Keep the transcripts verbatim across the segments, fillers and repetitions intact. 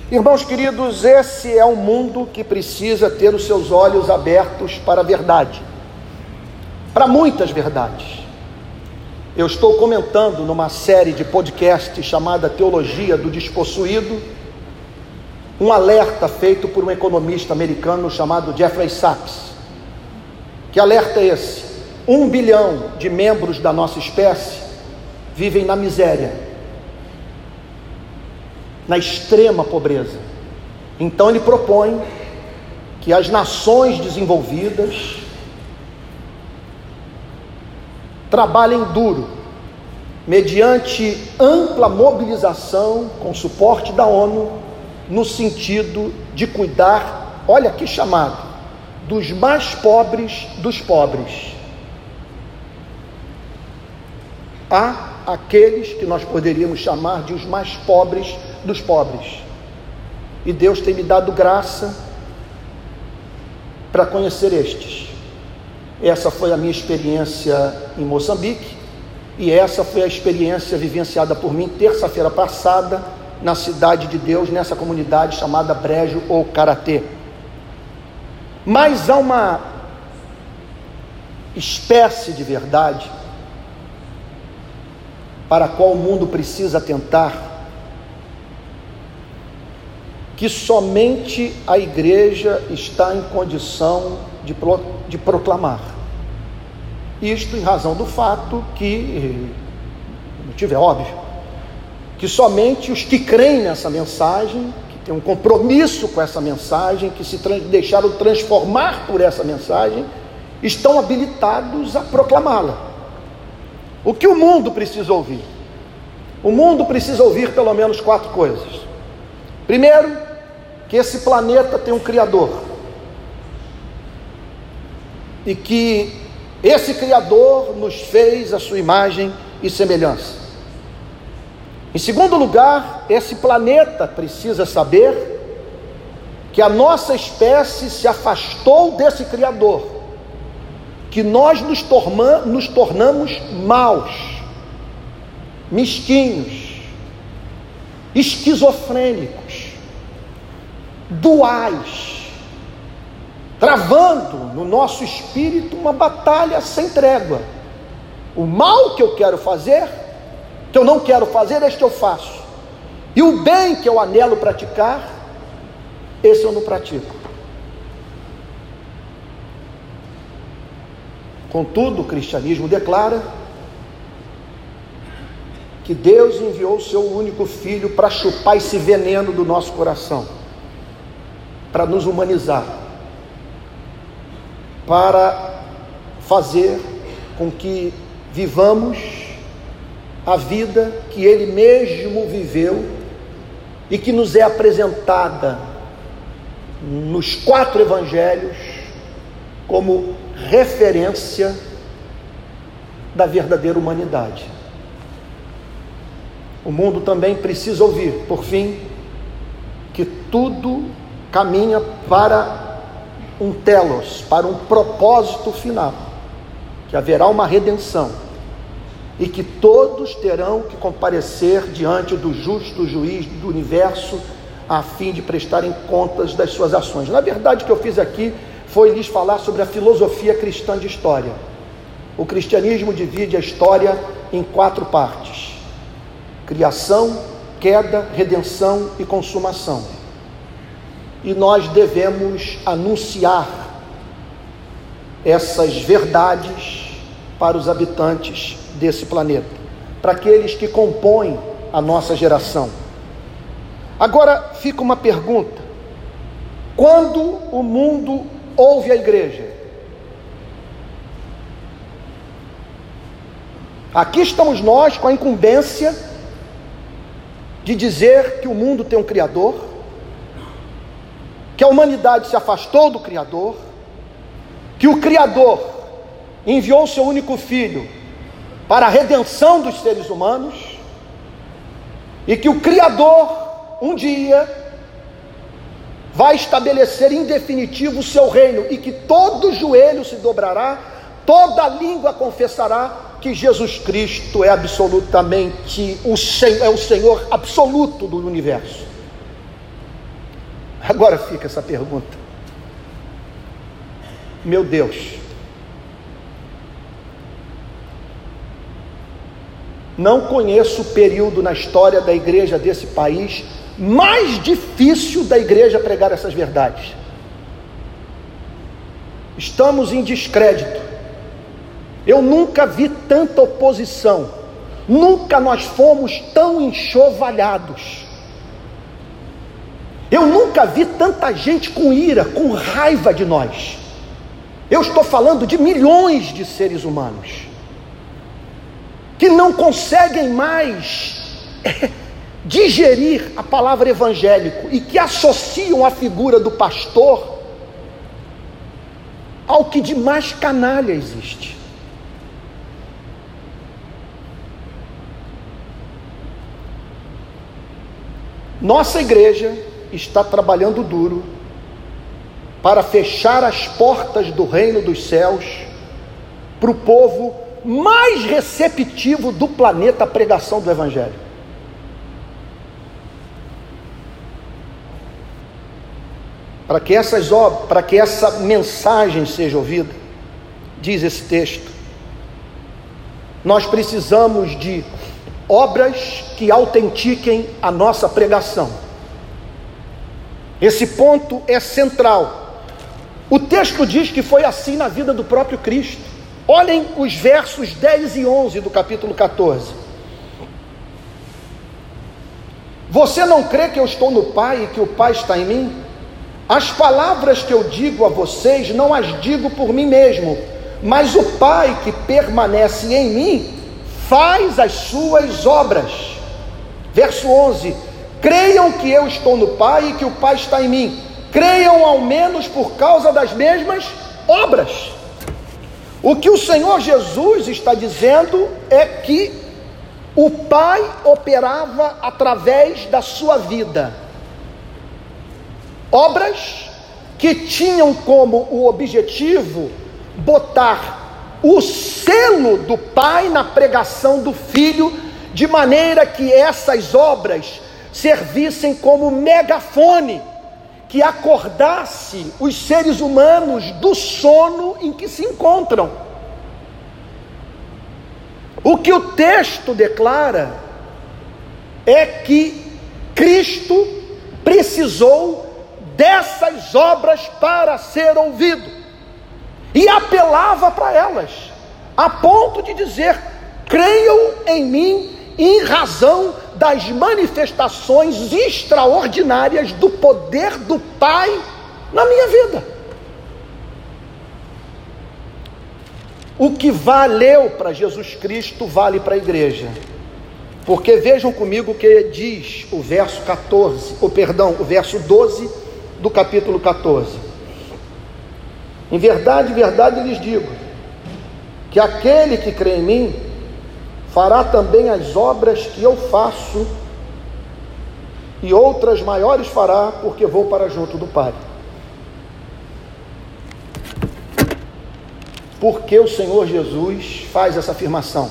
Irmãos queridos, esse é um mundo que precisa ter os seus olhos abertos para a verdade, para muitas verdades. Eu estou comentando numa série de podcasts chamada Teologia do Despossuído, um alerta feito por um economista americano chamado Jeffrey Sachs. Que alerta é esse? Um bilhão de membros da nossa espécie vivem na miséria, na extrema pobreza. Então ele propõe que as nações desenvolvidas trabalhem duro, mediante ampla mobilização com suporte da ONU, no sentido de cuidar, olha que chamado, dos mais pobres dos pobres. Há aqueles que nós poderíamos chamar de os mais pobres dos pobres, e Deus tem me dado graça para conhecer estes. Essa foi a minha experiência em Moçambique, e essa foi a experiência vivenciada por mim terça-feira passada na Cidade de Deus, nessa comunidade chamada Brejo ou Karatê. Mas há uma espécie de verdade para a qual o mundo precisa atentar, que somente a igreja está em condição de, pro, de proclamar. Isto em razão do fato que, o motivo é óbvio, que somente os que creem nessa mensagem, que têm um compromisso com essa mensagem, que se trans, deixaram transformar por essa mensagem, estão habilitados a proclamá-la. O que o mundo precisa ouvir? O mundo precisa ouvir pelo menos quatro coisas. Primeiro, que esse planeta tem um Criador, e que esse Criador nos fez a sua imagem e semelhança. Em segundo lugar, esse planeta precisa saber que a nossa espécie se afastou desse Criador, que nós nos, torma, nos tornamos maus, mesquinhos, esquizofrênicos, duais, travando no nosso espírito uma batalha sem trégua. O mal que eu quero fazer, que eu não quero fazer, este eu faço, e o bem que eu anelo praticar, esse eu não pratico. Contudo, o cristianismo declara que Deus enviou o seu único filho para chupar esse veneno do nosso coração, para nos humanizar, para fazer com que vivamos a vida que Ele mesmo viveu e que nos é apresentada nos quatro evangelhos como referência da verdadeira humanidade. O mundo também precisa ouvir, por fim, que tudo caminha para um telos, para um propósito final, que haverá uma redenção, e que todos terão que comparecer diante do justo juiz do universo, a fim de prestarem contas das suas ações. Na verdade, o que eu fiz aqui foi lhes falar sobre a filosofia cristã de história. O cristianismo divide a história em quatro partes: criação, queda, redenção e consumação. E nós devemos anunciar essas verdades para os habitantes desse planeta, para aqueles que compõem a nossa geração. Agora fica uma pergunta: quando o mundo ouve a igreja? Aqui estamos nós com a incumbência de dizer que o mundo tem um Criador, que a humanidade se afastou do Criador, que o Criador enviou o seu único Filho para a redenção dos seres humanos, e que o Criador um dia vai estabelecer em definitivo o seu reino, e que todo joelho se dobrará, toda língua confessará que Jesus Cristo é absolutamente o Senhor, é o Senhor absoluto do universo. Agora fica essa pergunta. Meu Deus, não conheço o período na história da igreja desse país mais difícil da igreja pregar essas verdades. Estamos em descrédito. Eu nunca vi tanta oposição. Nunca nós fomos tão enxovalhados. Eu nunca vi tanta gente com ira, com raiva de nós. Eu estou falando de milhões de seres humanos que não conseguem mais é, digerir a palavra evangélico e que associam a figura do pastor ao que de mais canalha existe. Nossa igreja está trabalhando duro para fechar as portas do reino dos céus para o povo mais receptivo do planeta à pregação do evangelho. Para que essas obras, para que essa mensagem seja ouvida, diz esse texto, nós precisamos de obras que autentiquem a nossa pregação. Esse ponto é central. O texto diz que foi assim na vida do próprio Cristo. Olhem os versos dez e onze do capítulo catorze. Você não crê que eu estou no Pai e que o Pai está em mim? As palavras que eu digo a vocês, não as digo por mim mesmo, mas o Pai que permanece em mim, faz as suas obras. Verso onze. Creiam que eu estou no Pai e que o Pai está em mim. Creiam ao menos por causa das mesmas obras. O que o Senhor Jesus está dizendo é que o Pai operava através da sua vida obras que tinham como o objetivo botar o selo do Pai na pregação do Filho, de maneira que essas obras servissem como megafone que acordasse os seres humanos do sono em que se encontram. O que o texto declara é que Cristo precisou dessas obras para ser ouvido, e apelava para elas, a ponto de dizer: creiam em mim em razão das manifestações extraordinárias do poder do Pai na minha vida. O que valeu para Jesus Cristo vale para a igreja, porque vejam comigo o que diz o verso catorze, ou perdão, o verso doze do capítulo catorze. Em verdade, verdade lhes digo, que aquele que crê em mim fará também as obras que eu faço, e outras maiores fará, porque vou para junto do Pai. Por que o Senhor Jesus faz essa afirmação?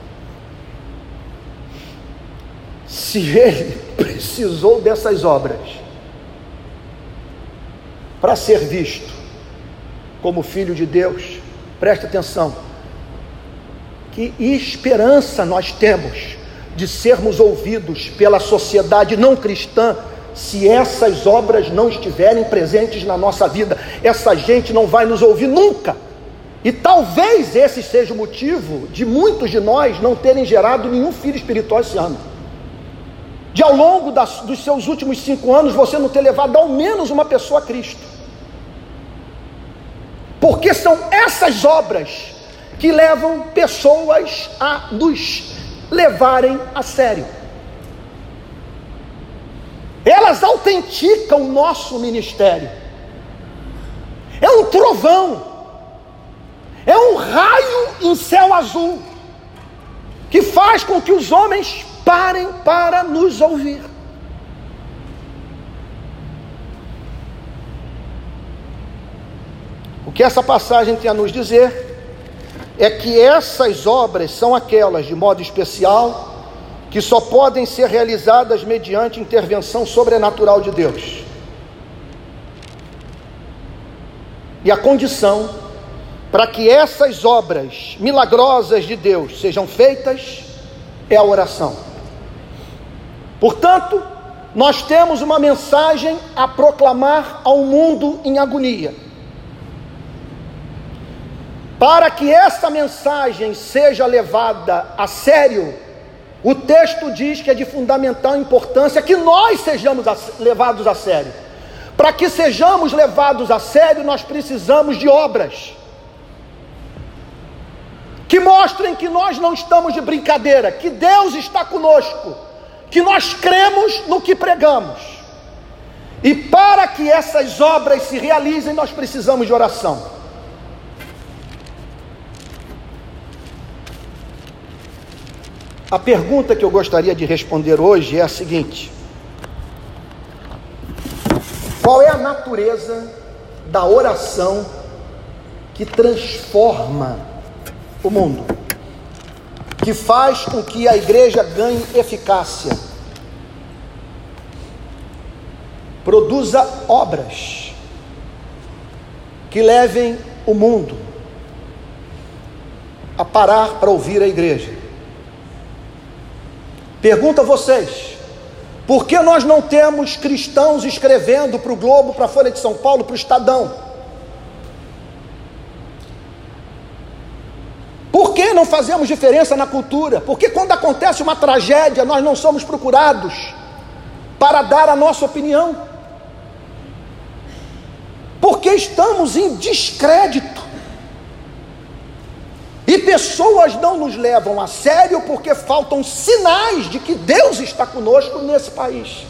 Se ele precisou dessas obras para ser visto como Filho de Deus, preste atenção, que esperança nós temos de sermos ouvidos pela sociedade não cristã, se essas obras não estiverem presentes na nossa vida. Essa gente não vai nos ouvir nunca, e talvez esse seja o motivo de muitos de nós não terem gerado nenhum filho espiritual esse ano, de ao longo das, dos seus últimos cinco anos você não ter levado ao menos uma pessoa a Cristo, porque são essas obras que levam pessoas a nos levarem a sério. Elas autenticam o nosso ministério. É um trovão, é um raio em céu azul, que faz com que os homens parem para nos ouvir. O que essa passagem tem a nos dizer é que essas obras são aquelas, de modo especial, que só podem ser realizadas mediante intervenção sobrenatural de Deus. e a condição para que essas obras milagrosas de Deus sejam feitas é a oração. Portanto, nós temos uma mensagem a proclamar ao mundo em agonia. Para que essa mensagem seja levada a sério, o texto diz que é de fundamental importância que nós sejamos levados a sério. Para que sejamos levados a sério, nós precisamos de obras que mostrem que nós não estamos de brincadeira, que Deus está conosco, que nós cremos no que pregamos. E para que essas obras se realizem, nós precisamos de oração. A pergunta que eu gostaria de responder hoje é a seguinte: qual é a natureza da oração que transforma o mundo, que faz com que a igreja ganhe eficácia, produza obras que levem o mundo a parar para ouvir a igreja? Pergunto a vocês: por que nós não temos cristãos escrevendo para o Globo, para a Folha de São Paulo, para o Estadão? Por que não fazemos diferença na cultura? Porque quando acontece uma tragédia, nós não somos procurados para dar a nossa opinião? Porque estamos em descrédito. E pessoas não nos levam a sério porque faltam sinais de que Deus está conosco nesse país.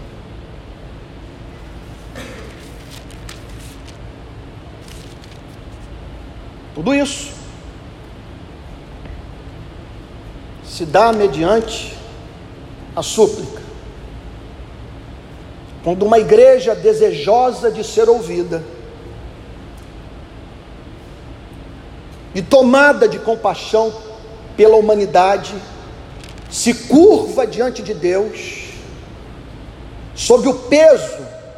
Tudo isso se dá mediante a súplica. Quando uma igreja desejosa de ser ouvida e tomada de compaixão pela humanidade, se curva diante de Deus, sob o peso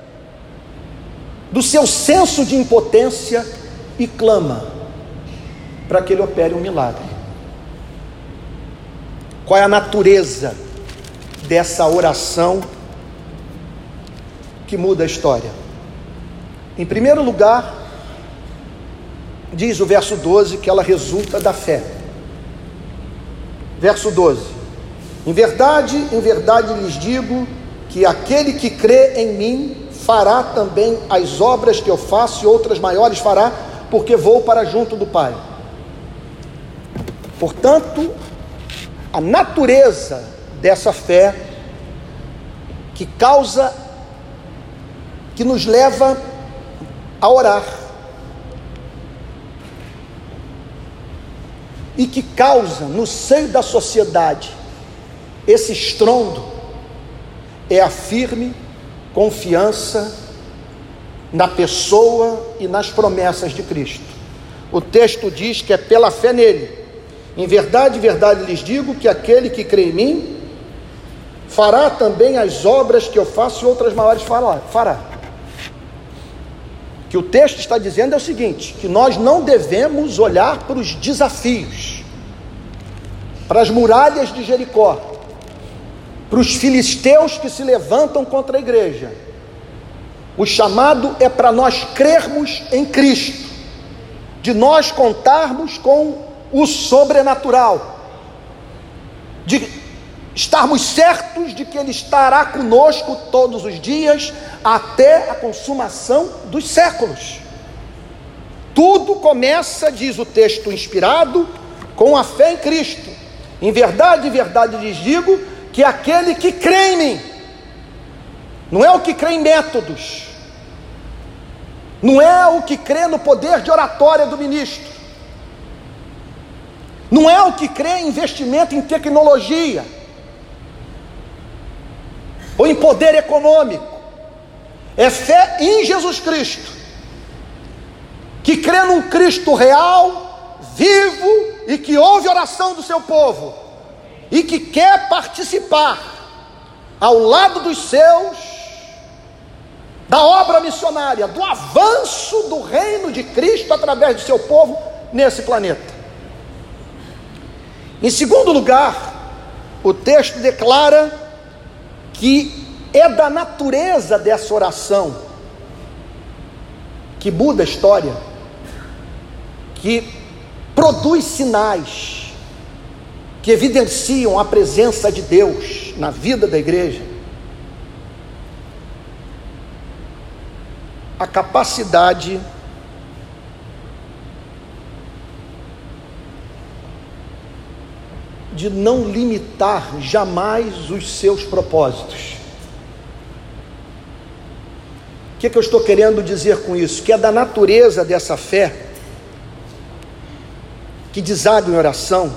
do seu senso de impotência, e clama para que Ele opere um milagre. Qual é a natureza dessa oração que muda a história? Em primeiro lugar, diz o verso doze que ela resulta da fé. Verso doze: em verdade, em verdade lhes digo que aquele que crê em mim fará também as obras que eu faço e outras maiores fará, porque vou para junto do Pai. Portanto, a natureza dessa fé que causa, que nos leva a orar, e que causa no seio da sociedade esse estrondo, é a firme confiança na pessoa e nas promessas de Cristo. O texto diz que é pela fé nele. Em verdade, verdade lhes digo que aquele que crê em mim fará também as obras que eu faço e outras maiores fará. O que o texto está dizendo é o seguinte: que nós não devemos olhar para os desafios, para as muralhas de Jericó, para os filisteus que se levantam contra a igreja. O chamado é para nós crermos em Cristo, de nós contarmos com o sobrenatural, de estarmos certos de que Ele estará conosco todos os dias, até a consumação dos séculos. Tudo começa, diz o texto inspirado, com a fé em Cristo. Em verdade, em verdade lhes digo que aquele que crê em mim, não é o que crê em métodos, não é o que crê no poder de oratória do ministro, não é o que crê em investimento em tecnologia, ou em poder econômico, é fé em Jesus Cristo, que crê num Cristo real, vivo, e que ouve a oração do seu povo, e que quer participar, ao lado dos seus, da obra missionária, do avanço do reino de Cristo através do seu povo nesse planeta. Em segundo lugar, o texto declara que é da natureza dessa oração que muda a história, que produz sinais que evidenciam a presença de Deus na vida da igreja, a capacidade de não limitar jamais os seus propósitos. O que, que eu estou querendo dizer com isso? Que é da natureza dessa fé que deságua em oração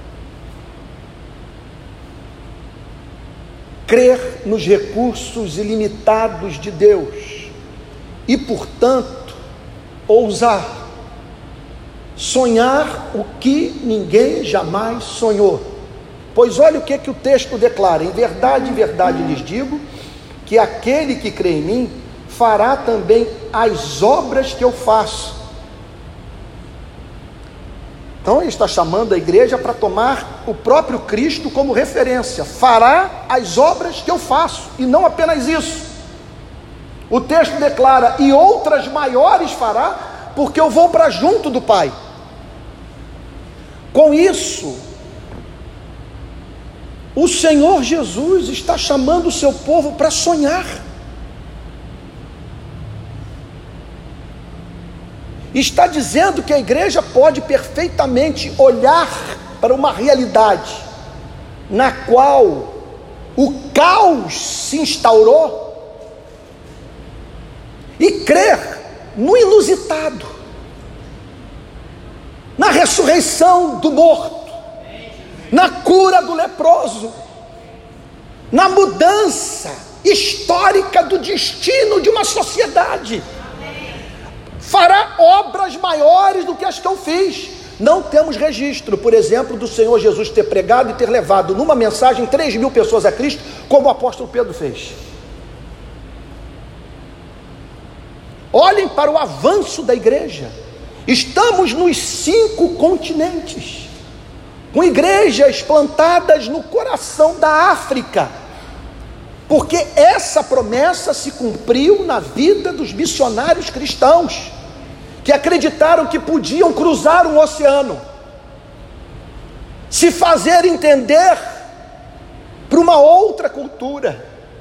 crer nos recursos ilimitados de Deus e, portanto, ousar sonhar o que ninguém jamais sonhou. Pois olha o que, que o texto declara: em verdade, em verdade lhes digo, que aquele que crê em mim fará também as obras que eu faço. Então ele está chamando a igreja para tomar o próprio Cristo como referência. Fará as obras que eu faço, e não apenas isso. O texto declara: e outras maiores fará, porque eu vou para junto do Pai. Com isso, o Senhor Jesus está chamando o seu povo para sonhar. Está dizendo que a igreja pode perfeitamente olhar para uma realidade na qual o caos se instaurou e crer no inusitado, na ressurreição do morto, na cura do leproso, na mudança histórica do destino de uma sociedade. Fará obras maiores do que as que eu fiz. Não temos registro, por exemplo, do Senhor Jesus ter pregado e ter levado numa mensagem três mil pessoas a Cristo, como o apóstolo Pedro fez. Olhem para o avanço da igreja. Estamos nos cinco continentes, com igrejas plantadas no coração da África, porque essa promessa se cumpriu na vida dos missionários cristãos, que acreditaram que podiam cruzar um oceano, se fazer entender para uma outra cultura,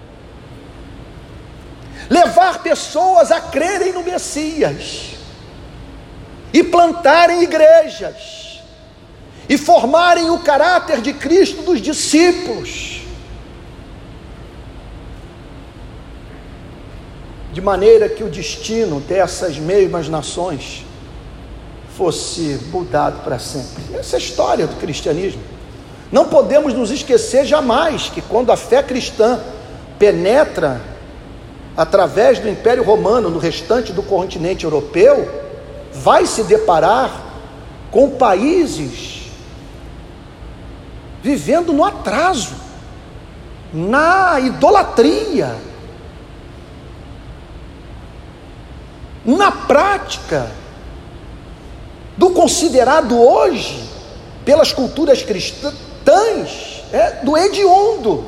levar pessoas a crerem no Messias, e plantarem igrejas, e formarem o caráter de Cristo dos discípulos, de maneira que o destino dessas mesmas nações fosse mudado para sempre. Essa é a história do cristianismo. Não podemos nos esquecer jamais que quando a fé cristã penetra através do Império Romano no restante do continente europeu, vai se deparar com países vivendo no atraso, na idolatria, na prática do considerado hoje pelas culturas cristãs, é, do hediondo.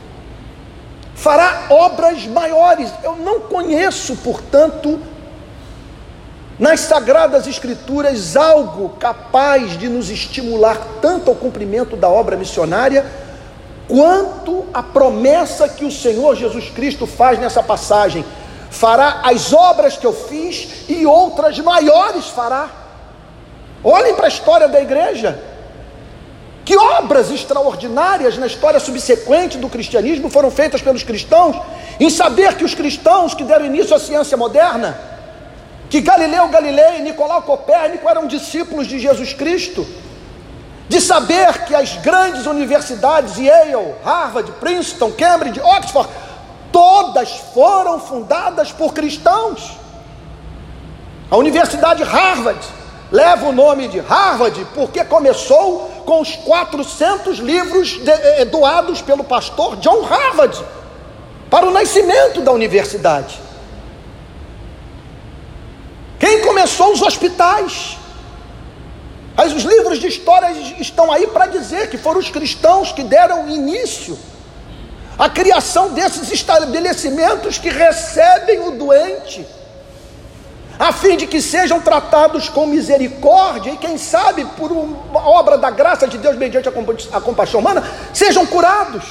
Fará obras maiores. Eu não conheço, portanto, nas Sagradas Escrituras algo capaz de nos estimular tanto ao cumprimento da obra missionária quanto a promessa que o Senhor Jesus Cristo faz nessa passagem: fará as obras que eu fiz e outras maiores fará. Olhem para a história da igreja. Que obras extraordinárias na história subsequente do cristianismo foram feitas pelos cristãos, em saber que os cristãos que deram início à ciência moderna, que Galileu Galilei e Nicolau Copérnico eram discípulos de Jesus Cristo, de saber que as grandes universidades, Yale, Harvard, Princeton, Cambridge, Oxford, todas foram fundadas por cristãos. A Universidade Harvard leva o nome de Harvard porque começou com os quatrocentos livros de, eh, doados pelo pastor John Harvard para o nascimento da universidade. Quem começou os hospitais? Mas os livros de história estão aí para dizer que foram os cristãos que deram início à criação desses estabelecimentos que recebem o doente, a fim de que sejam tratados com misericórdia e, quem sabe, por uma obra da graça de Deus, mediante a, compa a compaixão humana, sejam curados.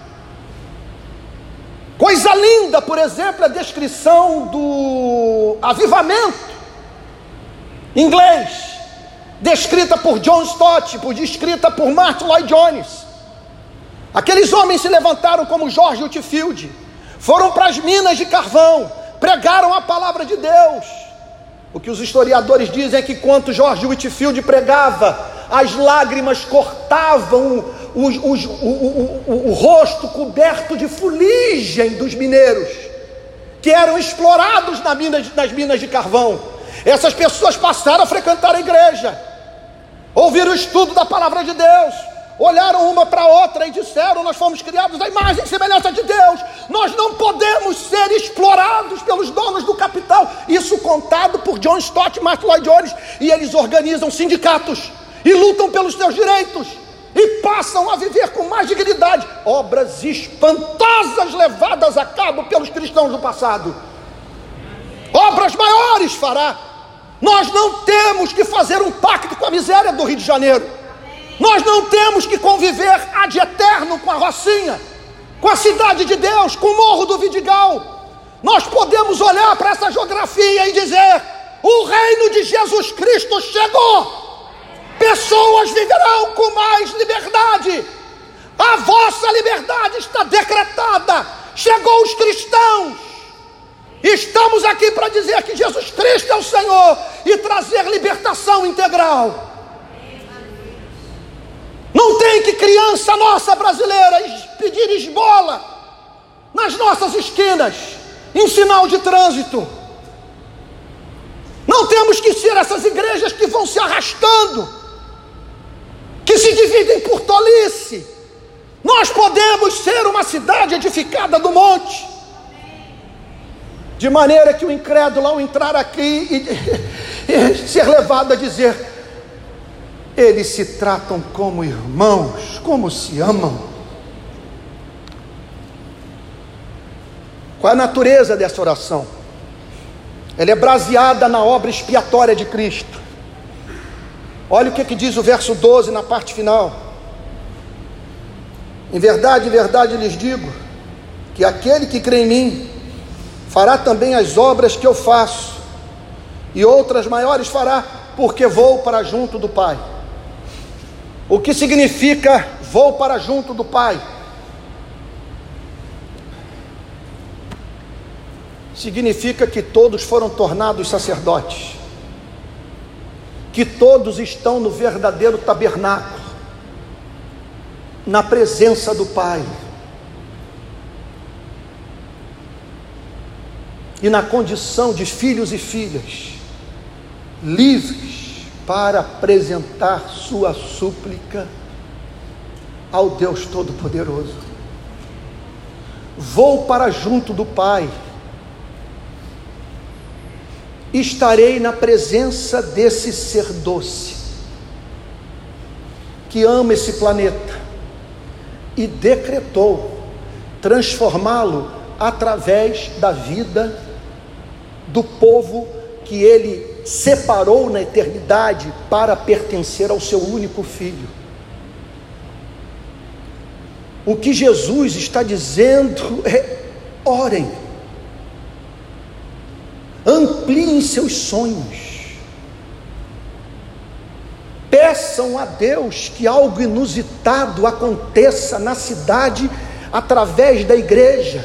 Coisa linda, por exemplo, a descrição do avivamento inglês, descrita por John Stott, por, descrita por Martin Lloyd Jones. Aqueles homens se levantaram como George Whitefield, foram para as minas de carvão, pregaram a palavra de Deus. O que os historiadores dizem é que quando George Whitefield pregava, as lágrimas cortavam o, o, o, o, o, o rosto coberto de fuligem dos mineiros, que eram explorados na mina, nas minas de carvão. Essas pessoas passaram a frequentar a igreja, ouviram o estudo da palavra de Deus, olharam uma para outra e disseram: nós fomos criados à imagem e semelhança de Deus, nós não podemos ser explorados pelos donos do capital. Isso contado por John Stott e Martin Lloyd Jones. E eles organizam sindicatos e lutam pelos seus direitos e passam a viver com mais dignidade. Obras espantosas levadas a cabo pelos cristãos do passado. Obras maiores fará. Nós não temos que fazer um pacto com a miséria do Rio de Janeiro. Nós não temos que conviver ad eterno com a Rocinha, com a cidade de Deus, com o Morro do Vidigal. Nós podemos olhar para essa geografia e dizer: o reino de Jesus Cristo chegou. Pessoas viverão com mais liberdade. A vossa liberdade está decretada. Chegou os cristãos. Estamos aqui para dizer que Jesus Cristo é o Senhor e trazer libertação integral. Não tem que criança nossa brasileira pedir esmola nas nossas esquinas, em sinal de trânsito. Não temos que ser essas igrejas que vão se arrastando, que se dividem por tolice. Nós podemos ser uma cidade edificada do monte, de maneira que o incrédulo, ao entrar aqui e, e ser levado a dizer: eles se tratam como irmãos, como se amam. Qual é a natureza dessa oração? Ela é baseada na obra expiatória de Cristo. Olha o que, que diz o verso doze na parte final: em verdade, em verdade lhes digo, que aquele que crê em mim fará também as obras que eu faço, e outras maiores fará, porque vou para junto do Pai. O que significa vou para junto do Pai? Significa que todos foram tornados sacerdotes, que todos estão no verdadeiro tabernáculo, na presença do Pai, e na condição de filhos e filhas, livres para apresentar sua súplica ao Deus Todo-Poderoso. Vou para junto do Pai, estarei na presença desse ser doce, que ama esse planeta, e decretou transformá-lo através da vida do povo que ele separou na eternidade para pertencer ao seu único filho. O que Jesus está dizendo é: orem, ampliem seus sonhos, peçam a Deus que algo inusitado aconteça na cidade através da igreja,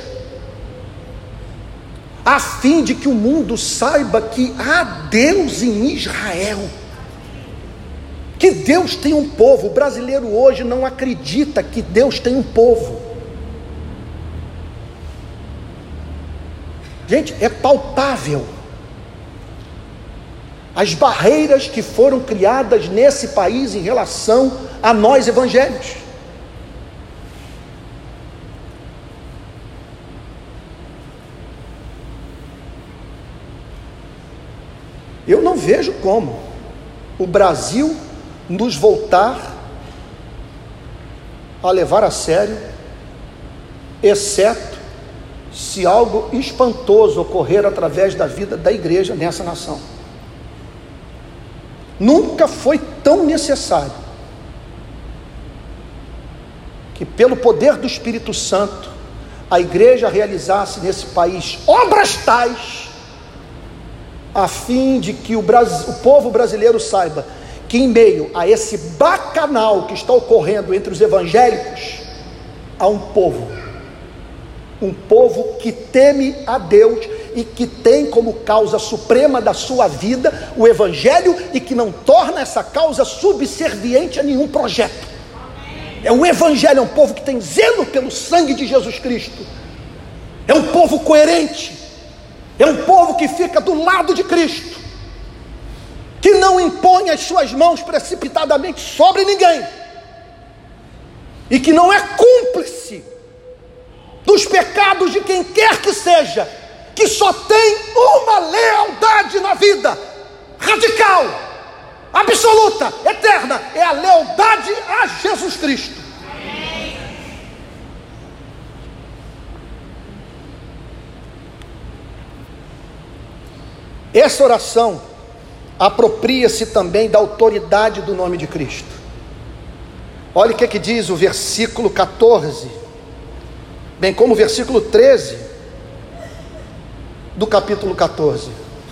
a fim de que o mundo saiba que há Deus em Israel, que Deus tem um povo. O brasileiro hoje não acredita que Deus tem um povo. Gente, é palpável as barreiras que foram criadas nesse país em relação a nós evangélicos. Eu não vejo como o Brasil nos voltar a levar a sério, exceto se algo espantoso ocorrer através da vida da igreja nessa nação. Nunca foi tão necessário que, pelo poder do Espírito Santo, a igreja realizasse nesse país obras tais, a fim de que o, Brasil, o povo brasileiro saiba que, em meio a esse bacanal que está ocorrendo entre os evangélicos, há um povo, um povo que teme a Deus e que tem como causa suprema da sua vida o evangelho, e que não torna essa causa subserviente a nenhum projeto. É o evangelho, é um povo que tem zelo pelo sangue de Jesus Cristo, é um povo coerente, é um povo que fica do lado de Cristo, que não impõe as suas mãos precipitadamente sobre ninguém, e que não é cúmplice dos pecados de quem quer que seja, que só tem uma lealdade na vida, radical, absoluta, eterna, é a lealdade a Jesus Cristo. Essa oração apropria-se também da autoridade do nome de Cristo. Olha o que, é que diz o versículo catorze, bem como o versículo treze do capítulo catorze.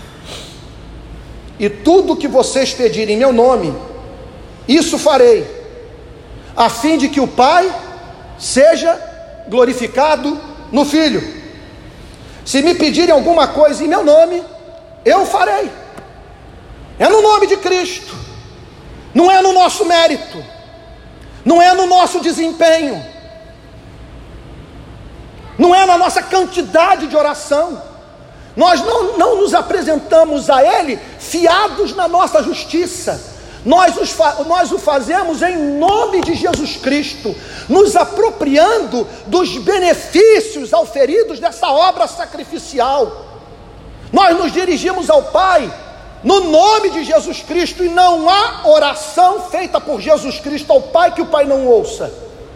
E tudo que vocês pedirem em meu nome, isso farei, a fim de que o Pai seja glorificado no Filho. Se me pedirem alguma coisa em meu nome, eu farei. É no nome de Cristo, não é no nosso mérito, não é no nosso desempenho, não é na nossa quantidade de oração. Nós não, não nos apresentamos a Ele fiados na nossa justiça. Nós, os, nós o fazemos em nome de Jesus Cristo, nos apropriando dos benefícios auferidos dessa obra sacrificial. Nós nos dirigimos ao Pai no nome de Jesus Cristo, e não há oração feita por Jesus Cristo ao Pai que o Pai não ouça.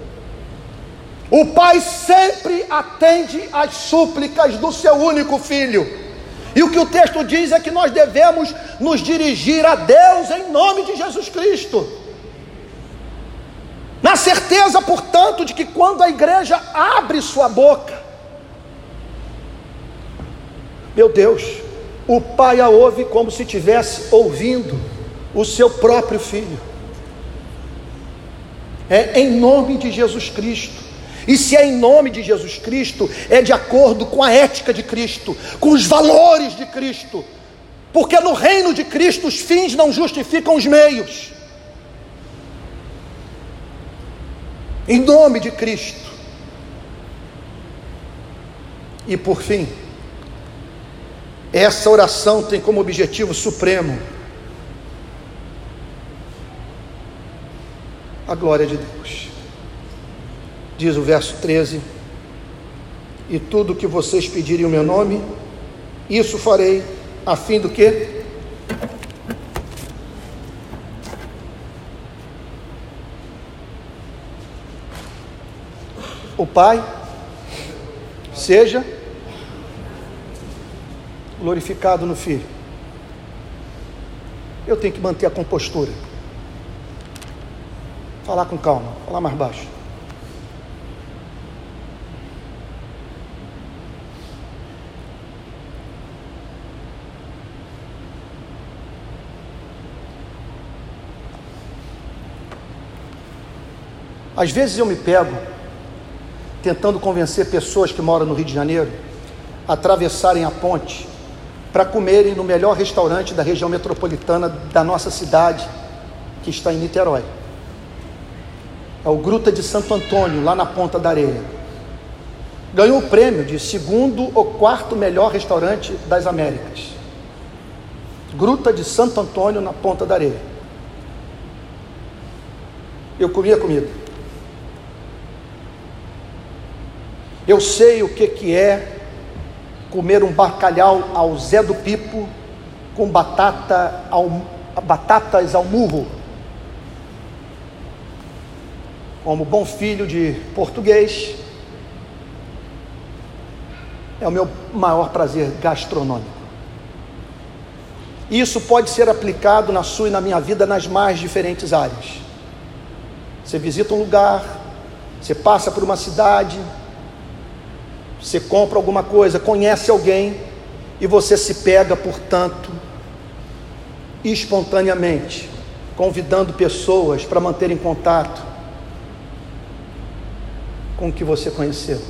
O Pai sempre atende às súplicas do seu único Filho, e o que o texto diz é que nós devemos nos dirigir a Deus em nome de Jesus Cristo, na certeza, portanto, de que quando a igreja abre sua boca, meu Deus, o Pai a ouve como se estivesse ouvindo o seu próprio Filho. É em nome de Jesus Cristo. E se é em nome de Jesus Cristo, é de acordo com a ética de Cristo, com os valores de Cristo, porque no reino de Cristo os fins não justificam os meios. Em nome de Cristo. E por fim, essa oração tem como objetivo supremo a glória de Deus. Diz o verso treze: e tudo que vocês pedirem em meu nome, isso farei, a fim do quê? O Pai seja glorificado no Filho. Eu tenho que manter a compostura, falar com calma, falar mais baixo. Às vezes eu me pego tentando convencer pessoas que moram no Rio de Janeiro a atravessarem a ponte para comerem no melhor restaurante da região metropolitana da nossa cidade, que está em Niterói. É o Gruta de Santo Antônio, lá na Ponta da Areia. Ganhou o prêmio de segundo ou quarto melhor restaurante das Américas. Gruta de Santo Antônio, na Ponta da Areia. Eu comi a comida. Eu sei o que, que é comer um bacalhau ao Zé do Pipo com batata ao, batatas ao murro. Como bom filho de português, é o meu maior prazer gastronômico. Isso pode ser aplicado na sua e na minha vida nas mais diferentes áreas. Você visita um lugar, você passa por uma cidade, você compra alguma coisa, conhece alguém, e você se pega, portanto, espontaneamente, convidando pessoas para manterem contato com o que você conheceu.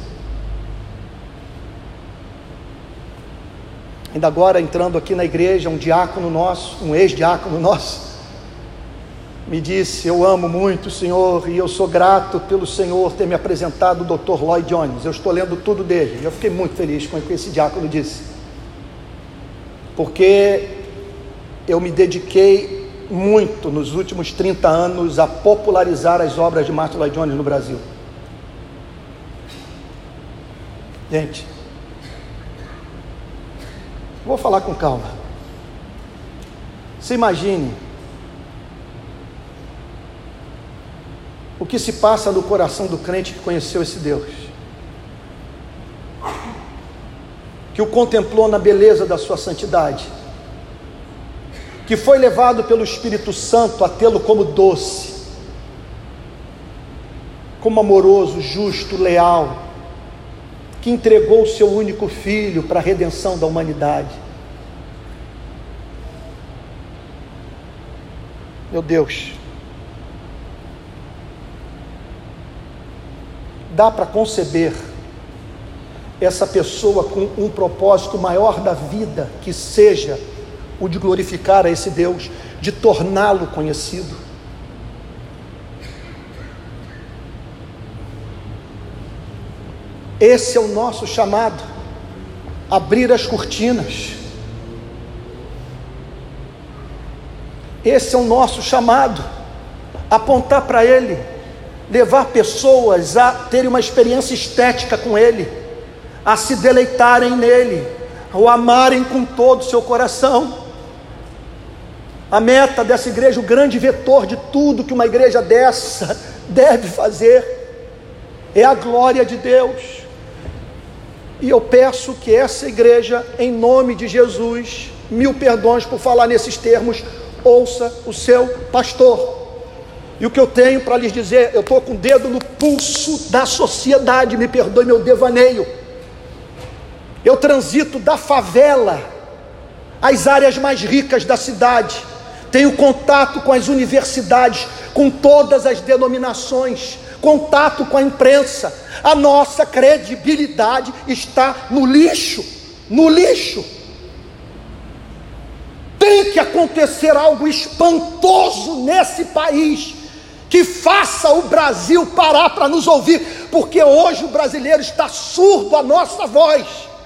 Ainda agora, entrando aqui na igreja, um diácono nosso, um ex-diácono nosso, me disse: eu amo muito o Senhor e eu sou grato pelo Senhor ter me apresentado o doutor Lloyd Jones. Eu estou lendo tudo dele. Eu fiquei muito feliz com o que esse diácono disse, porque eu me dediquei muito nos últimos trinta anos a popularizar as obras de Martin Lloyd Jones no Brasil. Gente, vou falar com calma. Você imagine o que se passa no coração do crente que conheceu esse Deus, que o contemplou na beleza da sua santidade, que foi levado pelo Espírito Santo a tê-lo como doce, como amoroso, justo, leal, que entregou o seu único filho para a redenção da humanidade. Meu Deus, dá para conceber essa pessoa com um propósito maior da vida, que seja o de glorificar a esse Deus, de torná-lo conhecido? Esse é o nosso chamado, abrir as cortinas. Esse é o nosso chamado, apontar para Ele, levar pessoas a terem uma experiência estética com Ele, a se deleitarem nele, a o amarem com todo o seu coração. A meta dessa igreja, o grande vetor de tudo que uma igreja dessa deve fazer, é a glória de Deus. E eu peço que essa igreja, em nome de Jesus, mil perdões por falar nesses termos, ouça o seu pastor. E o que eu tenho para lhes dizer, eu estou com o dedo no pulso da sociedade, me perdoe meu devaneio. Eu transito da favela às áreas mais ricas da cidade, tenho contato com as universidades, com todas as denominações, contato com a imprensa. A nossa credibilidade está no lixo, no lixo. Tem que acontecer algo espantoso nesse país, que faça o Brasil parar para nos ouvir, porque hoje o brasileiro está surdo à nossa voz.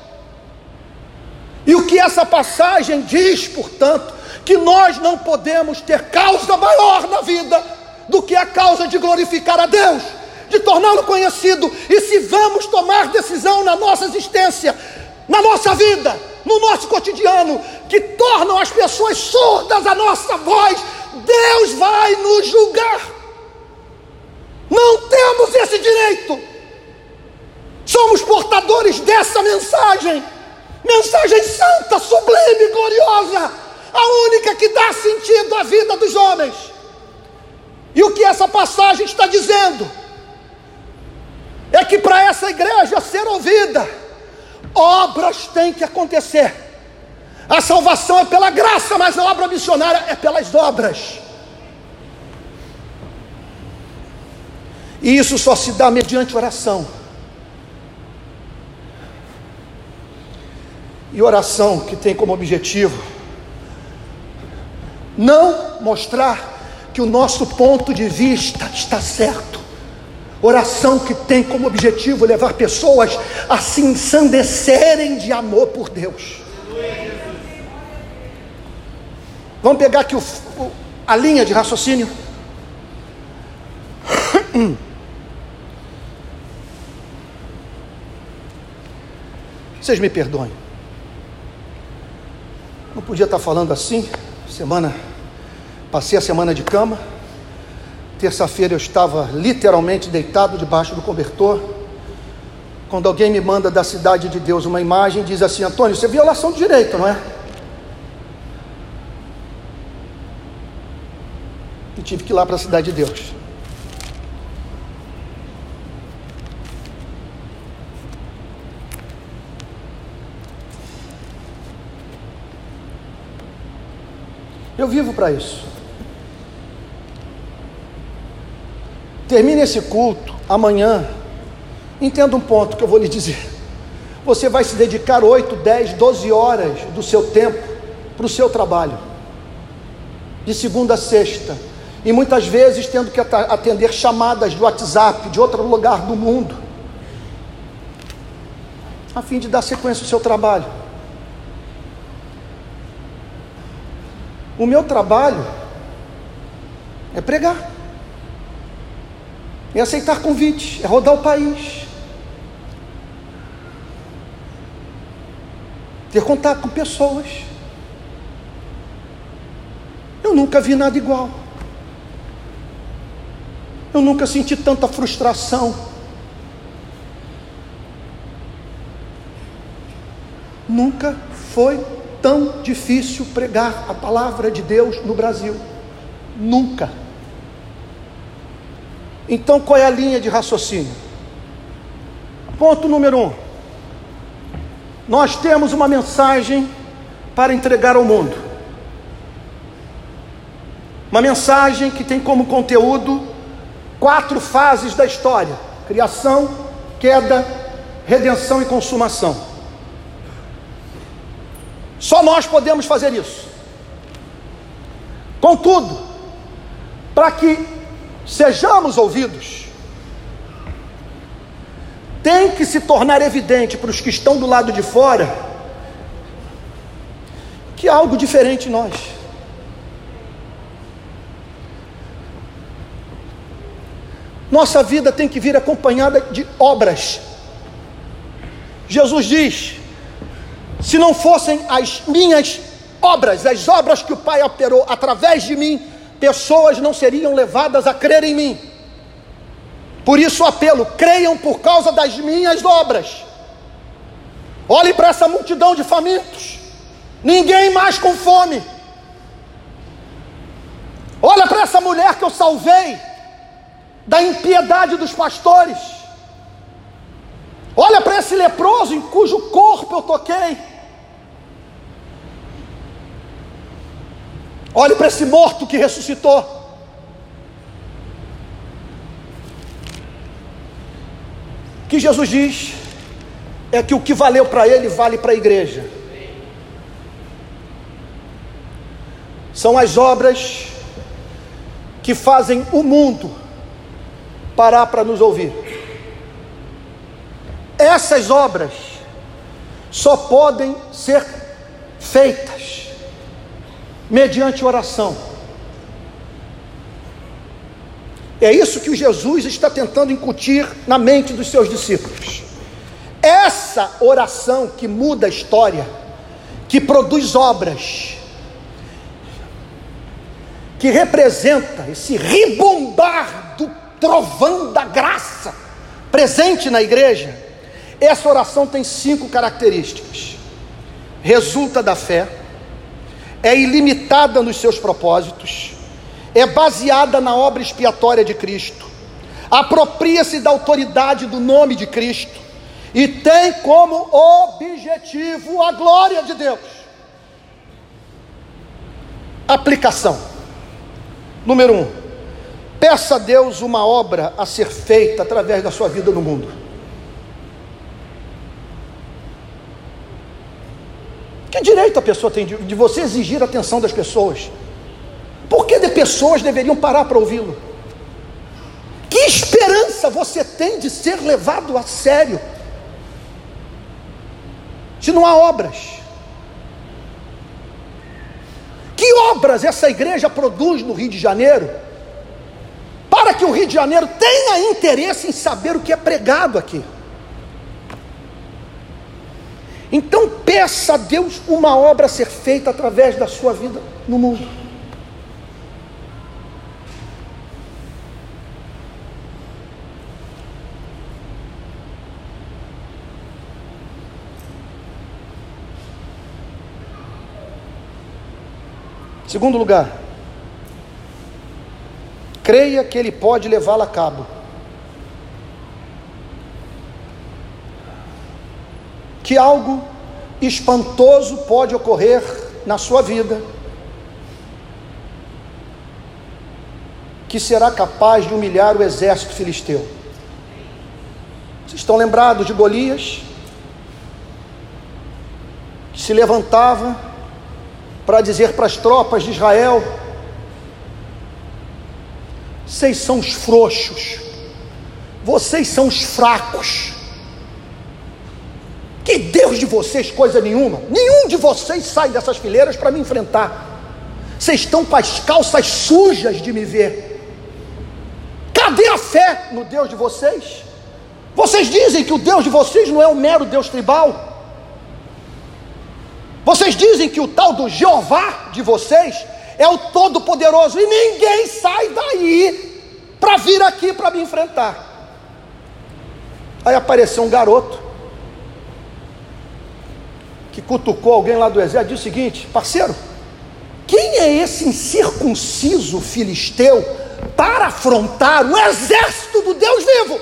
E o que essa passagem diz, portanto, que nós não podemos ter causa maior na vida do que a causa de glorificar a Deus, de torná-lo conhecido. E se vamos tomar decisão na nossa existência, na nossa vida, no nosso cotidiano, que tornam as pessoas surdas à nossa voz, Deus vai nos julgar. Não temos esse direito. Somos portadores dessa mensagem, mensagem santa, sublime, gloriosa, a única que dá sentido à vida dos homens. E o que essa passagem está dizendo é que para essa igreja ser ouvida, obras têm que acontecer. A salvação é pela graça, mas a obra missionária é pelas obras. E isso só se dá mediante oração. E oração que tem como objetivo não mostrar que o nosso ponto de vista está certo. Oração que tem como objetivo levar pessoas a se ensandecerem de amor por Deus. Vamos pegar aqui o, o, a linha de raciocínio. Vocês me perdoem. Não podia estar falando assim. Semana, passei a semana de cama. Terça-feira eu estava literalmente deitado debaixo do cobertor, quando alguém me manda da cidade de Deus uma imagem e diz assim: Antônio, isso é violação de direito, não é? E tive que ir lá para a cidade de Deus. Eu vivo para isso. Termine esse culto amanhã. Entenda um ponto que eu vou lhe dizer. Você vai se dedicar oito, dez, doze horas do seu tempo para o seu trabalho, de segunda a sexta, e muitas vezes tendo que atender chamadas do WhatsApp de outro lugar do mundo, a fim de dar sequência ao seu trabalho. O meu trabalho é pregar, é aceitar convites, é rodar o país, ter contato com pessoas. Eu nunca vi nada igual. Eu nunca senti tanta frustração. Nunca foi tão difícil pregar a palavra de Deus no Brasil. Nunca. Então, qual é a linha de raciocínio? Ponto número um: nós temos uma mensagem para entregar ao mundo. Uma mensagem que tem como conteúdo quatro fases da história: criação, queda, redenção e consumação. Só nós podemos fazer isso. Contudo, para que sejamos ouvidos, tem que se tornar evidente para os que estão do lado de fora que há algo diferente em nós. Nossa vida tem que vir acompanhada de obras. Jesus diz: se não fossem as minhas obras, as obras que o Pai operou através de mim, pessoas não seriam levadas a crer em mim. Por isso o apelo: creiam por causa das minhas obras. Olhe para essa multidão de famintos, ninguém mais com fome. Olha para essa mulher que eu salvei da impiedade dos pastores. Olha para esse leproso em cujo corpo eu toquei. Olhe para esse morto que ressuscitou. O que Jesus diz é que o que valeu para ele vale para a igreja. São as obras que fazem o mundo parar para nos ouvir. Essas obras só podem ser feitas mediante oração. É isso que o Jesus está tentando incutir na mente dos seus discípulos. Essa oração que muda a história, que produz obras, que representa esse ribombar do trovão da graça presente na igreja. Essa oração tem cinco características: resulta da fé, é ilimitada nos seus propósitos, é baseada na obra expiatória de Cristo, apropria-se da autoridade do nome de Cristo e tem como objetivo a glória de Deus. Aplicação. Número um: peça a Deus uma obra a ser feita através da sua vida no mundo. Que direito a pessoa tem de, de você exigir a atenção das pessoas? Por que de pessoas deveriam parar para ouvi-lo? Que esperança você tem de ser levado a sério se não há obras? Que obras essa igreja produz no Rio de Janeiro para que o Rio de Janeiro tenha interesse em saber o que é pregado aqui? Então peça a Deus uma obra a ser feita através da sua vida no mundo. Segundo lugar, creia que Ele pode levá-la a cabo. Que algo espantoso pode ocorrer na sua vida, que será capaz de humilhar o exército filisteu. Vocês estão lembrados de Golias, que se levantava para dizer para as tropas de Israel: vocês são os frouxos, vocês são os fracos, que Deus de vocês coisa nenhuma, nenhum de vocês sai dessas fileiras para me enfrentar, vocês estão com as calças sujas de me ver. Cadê a fé no Deus de vocês? Vocês dizem que o Deus de vocês não é um mero Deus tribal. Vocês dizem que o tal do Jeová de vocês é o Todo-Poderoso, e ninguém sai daí para vir aqui para me enfrentar. Aí apareceu um garoto que cutucou alguém lá do exército e disse o seguinte: parceiro, quem é esse incircunciso filisteu para afrontar o exército do Deus vivo?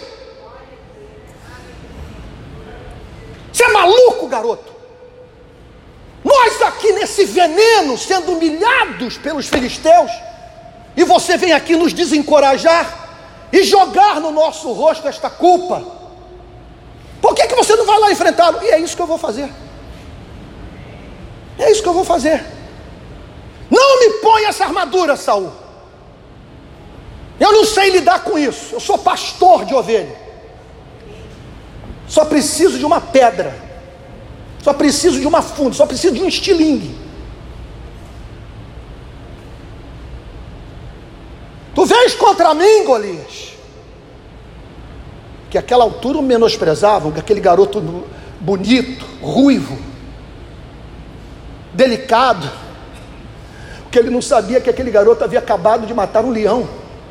Você é maluco, garoto? Nós aqui nesse veneno, sendo humilhados pelos filisteus, e você vem aqui nos desencorajar e jogar no nosso rosto esta culpa. Por que que você não vai lá enfrentá-lo? E é isso que eu vou fazer. É isso que eu vou fazer. Não me põe essa armadura, Saul. Eu não sei lidar com isso. Eu sou pastor de ovelha. Só preciso de uma pedra. Só preciso de uma funda. Só preciso de um estilingue. Tu vens contra mim, Golias? Que àquela altura o menosprezavam, aquele garoto bonito, ruivo, delicado, porque ele não sabia que aquele garoto havia acabado de matar um leão.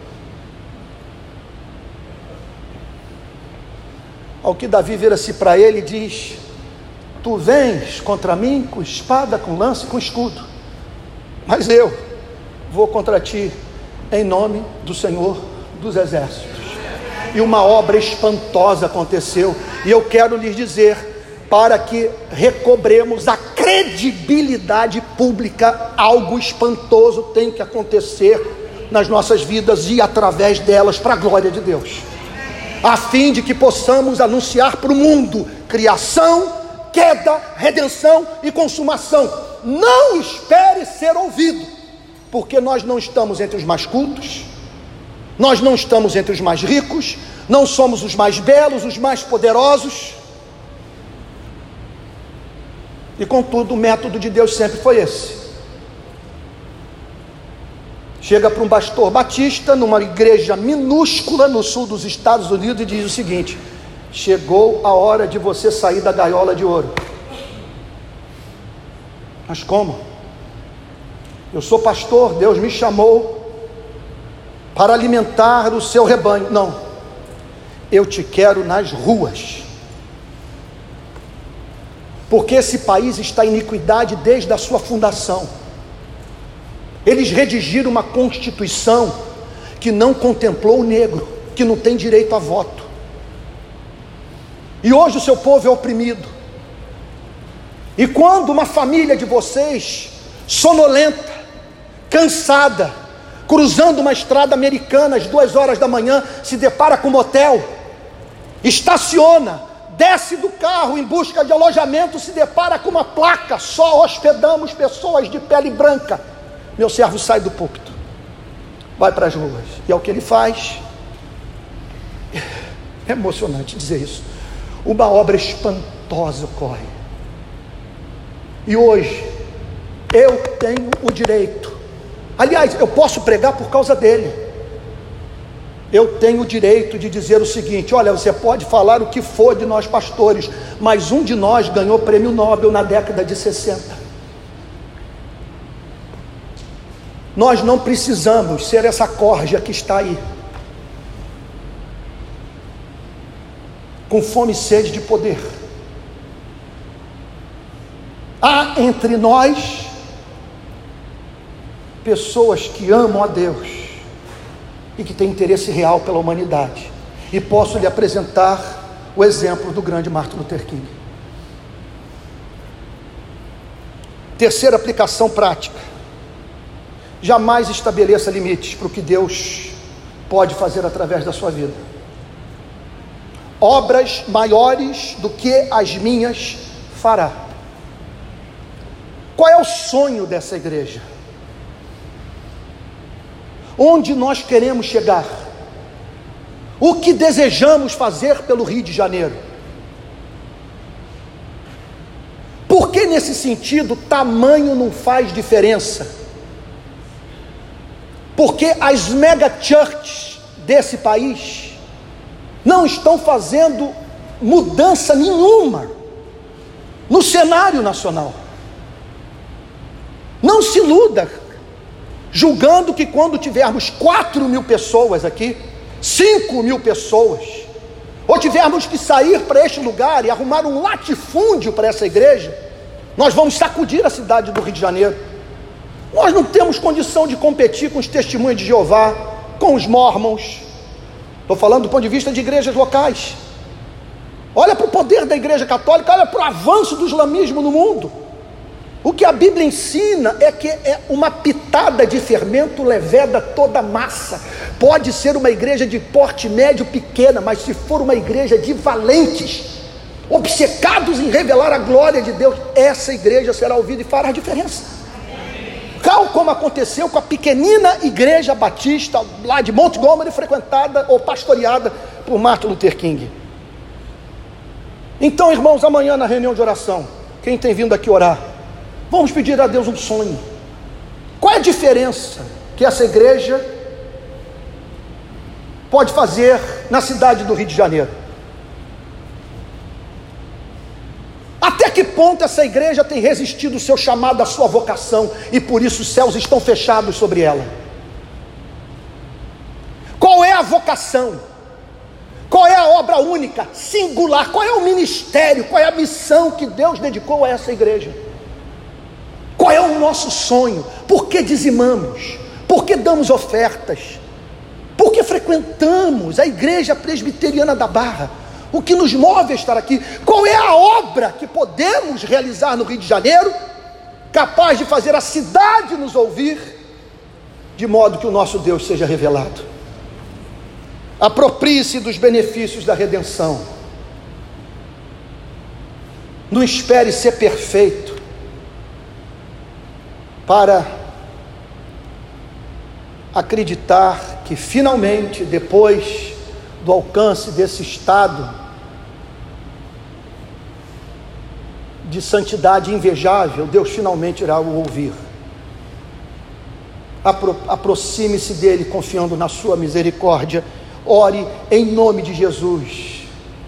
Ao que Davi vira-se para ele e diz: tu vens contra mim com espada, com lança e com escudo, mas eu vou contra ti em nome do Senhor dos Exércitos. E uma obra espantosa aconteceu, e eu quero lhes dizer, para que recobremos a credibilidade pública, algo espantoso tem que acontecer nas nossas vidas e através delas, para a glória de Deus, a fim de que possamos anunciar para o mundo criação, queda, redenção e consumação. Não espere ser ouvido, porque nós não estamos entre os mais cultos, nós não estamos entre os mais ricos, não somos os mais belos, os mais poderosos. E contudo, o método de Deus sempre foi esse. Chega para um pastor batista numa igreja minúscula no sul dos Estados Unidos e diz o seguinte: chegou a hora de você sair da gaiola de ouro. Mas como? Eu sou pastor, Deus me chamou para alimentar o seu rebanho. Não, eu te quero nas ruas, porque esse país está em iniquidade desde a sua fundação. Eles redigiram uma constituição que não contemplou o negro, que não tem direito a voto, e hoje o seu povo é oprimido. E quando uma família de vocês, sonolenta, cansada, cruzando uma estrada americana às duas horas da manhã, se depara com um motel, estaciona, desce do carro em busca de alojamento, se depara com uma placa: só hospedamos pessoas de pele branca. Meu servo sai do púlpito, vai para as ruas, e é o que ele faz. É emocionante dizer isso. Uma obra espantosa ocorre, e hoje eu tenho o direito, aliás, eu posso pregar por causa dele. eu tenho o direito de dizer o seguinte: olha, você pode falar o que for de nós pastores, mas um de nós ganhou prêmio Nobel na década de sessenta. Nós não precisamos ser essa corja que está aí, com fome e sede de poder. Há entre nós pessoas que amam a Deus e que têm interesse real pela humanidade, e posso lhe apresentar o exemplo do grande Martin Luther King. Terceira aplicação prática: jamais estabeleça limites para o que Deus pode fazer através da sua vida. Obras maiores do que as minhas fará. Qual é o sonho dessa igreja? Onde nós queremos chegar? O que desejamos fazer pelo Rio de Janeiro? Por que nesse sentido tamanho não faz diferença? Porque as mega churches desse país não estão fazendo mudança nenhuma no cenário nacional. Não se iluda julgando que quando tivermos quatro mil pessoas aqui, cinco mil pessoas, ou tivermos que sair para este lugar e arrumar um latifúndio para essa igreja, nós vamos sacudir a cidade do Rio de Janeiro. Nós não temos condição de competir com os testemunhos de Jeová, com os mormons. Estou falando do ponto de vista de igrejas locais. Olha para o poder da igreja católica, olha para o avanço do islamismo no mundo. O que a Bíblia ensina é que é uma pitada de fermento leveda toda a massa. Pode ser uma igreja de porte médio pequena, mas se for uma igreja de valentes, obcecados em revelar a glória de Deus, essa igreja será ouvida e fará a diferença. Tal como aconteceu com a pequenina igreja batista lá de Montgomery, frequentada ou pastoreada por Martin Luther King. Então, irmãos, amanhã na reunião de oração, quem tem vindo aqui orar, vamos pedir a Deus um sonho. Qual é a diferença que essa igreja pode fazer na cidade do Rio de Janeiro? Até que ponto essa igreja tem resistido o seu chamado, a sua vocação, e por isso os céus estão fechados sobre ela? Qual é a vocação? Qual é a obra única, singular? Qual é o ministério? Qual é a missão que Deus dedicou a essa igreja? Qual é o nosso sonho? Por que dizimamos? Por que damos ofertas? Por que frequentamos a igreja presbiteriana da Barra? O que nos move a estar aqui? Qual é a obra que podemos realizar no Rio de Janeiro, capaz de fazer a cidade nos ouvir, de modo que o nosso Deus seja revelado? Aproprie-se dos benefícios da redenção. Não espere ser perfeito para acreditar que finalmente, depois do alcance desse estado de santidade invejável, Deus finalmente irá o ouvir. Apro- aproxime-se dele confiando na sua misericórdia. Ore em nome de Jesus.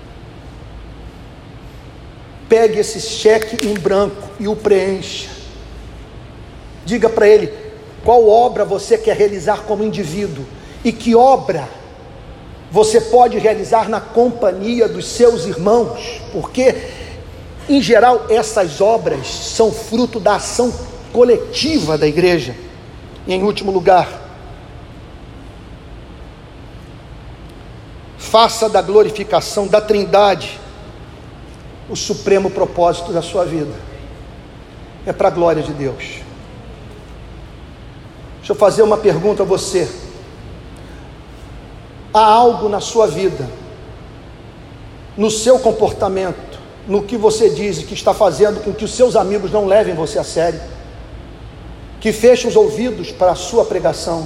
Pegue esse cheque em branco e o preencha. Diga para ele qual obra você quer realizar como indivíduo e que obra você pode realizar na companhia dos seus irmãos, porque em geral essas obras são fruto da ação coletiva da igreja. E em último lugar, faça da glorificação da Trindade o supremo propósito da sua vida. É para a glória de Deus. Deixa eu fazer uma pergunta a você. Há algo na sua vida, no seu comportamento, no que você diz e que está fazendo com que os seus amigos não levem você a sério, que fecha os ouvidos para a sua pregação?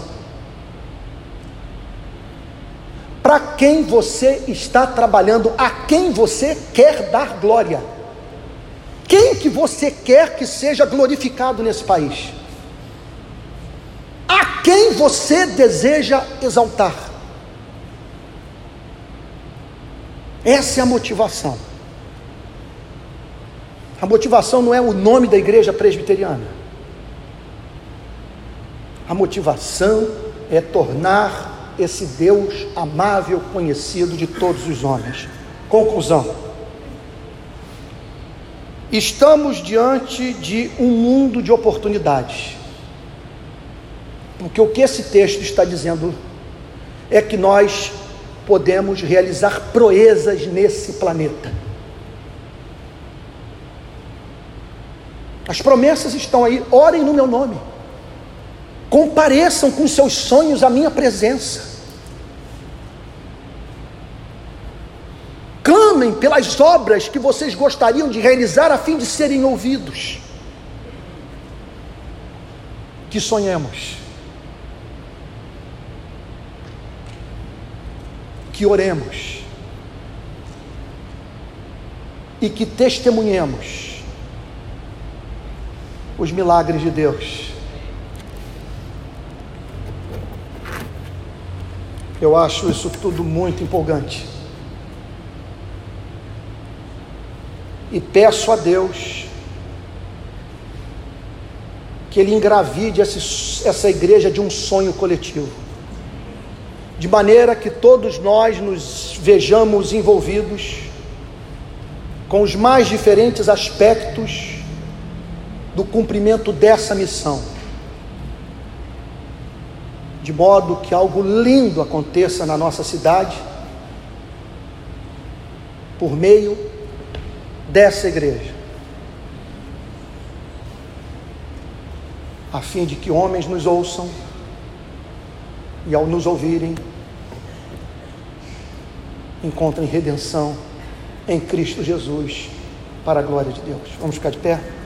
Para quem você está trabalhando? A quem você quer dar glória? Quem que você quer que seja glorificado nesse país? A quem você deseja exaltar? Essa é a motivação. A motivação não é o nome da igreja presbiteriana. A motivação é tornar esse Deus amável conhecido de todos os homens. Conclusão. Estamos diante de um mundo de oportunidades. Porque o que esse texto está dizendo é que nós podemos realizar proezas nesse planeta. As promessas estão aí. Orem no meu nome, compareçam com seus sonhos à minha presença, clamem pelas obras que vocês gostariam de realizar a fim de serem ouvidos. Que sonhemos, que oremos e que testemunhemos os milagres de Deus. Eu acho isso tudo muito empolgante. E peço a Deus que Ele engravide essa igreja de um sonho coletivo, de maneira que todos nós nos vejamos envolvidos com os mais diferentes aspectos do cumprimento dessa missão, de modo que algo lindo aconteça na nossa cidade, por meio dessa igreja, a fim de que homens nos ouçam, e ao nos ouvirem, encontrem redenção em Cristo Jesus, para a glória de Deus. Vamos ficar de pé?